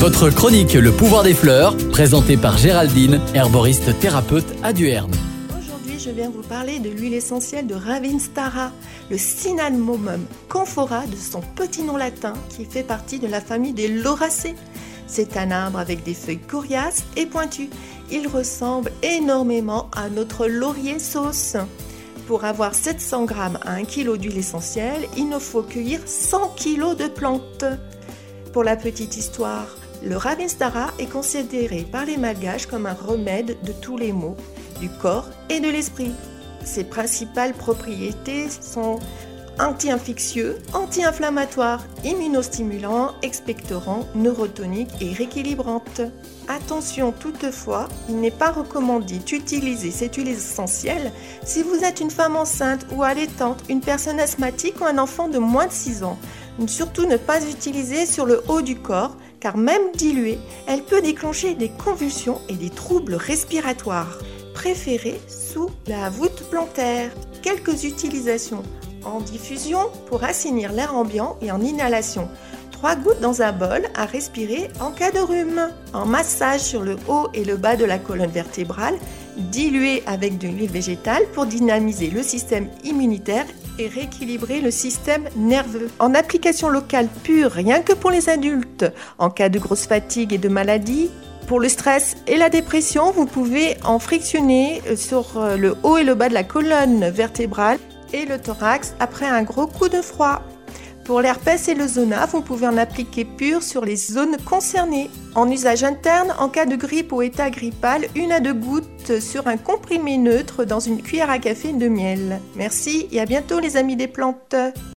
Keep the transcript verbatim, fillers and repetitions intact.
Votre chronique Le pouvoir des fleurs, présentée par Géraldine, herboriste thérapeute à Duerne. Aujourd'hui, je viens vous parler de l'huile essentielle de Ravinstara, le Cinnamomum camphora de son petit nom latin qui fait partie de la famille des lauracées. C'est un arbre avec des feuilles coriaces et pointues. Il ressemble énormément à notre laurier sauce. Pour avoir sept cents grammes à un kilo d'huile essentielle, il nous faut cueillir cent kilos de plantes. Pour la petite histoire, le Ravinstara est considéré par les Malgaches comme un remède de tous les maux, du corps et de l'esprit. Ses principales propriétés sont anti-infectieux, anti-inflammatoires, immunostimulants, expectorants, neurotoniques et rééquilibrantes. Attention toutefois, il n'est pas recommandé d'utiliser cette huile essentielle si vous êtes une femme enceinte ou allaitante, une personne asthmatique ou un enfant de moins de six ans. Surtout ne pas utiliser sur le haut du corps, car même diluée, elle peut déclencher des convulsions et des troubles respiratoires. Préférée sous la voûte plantaire. Quelques utilisations en diffusion pour assainir l'air ambiant et en inhalation. trois gouttes dans un bol à respirer en cas de rhume. En massage sur le haut et le bas de la colonne vertébrale, dilué avec de l'huile végétale pour dynamiser le système immunitaire et rééquilibrer le système nerveux. En application locale pure, rien que pour les adultes, en cas de grosse fatigue et de maladie. Pour le stress et la dépression, vous pouvez en frictionner sur le haut et le bas de la colonne vertébrale et le thorax après un gros coup de froid. Pour l'herpès et le zona, vous pouvez en appliquer pur sur les zones concernées. En usage interne, en cas de grippe ou état grippal, une à deux gouttes sur un comprimé neutre dans une cuillère à café de miel. Merci et à bientôt les amis des plantes.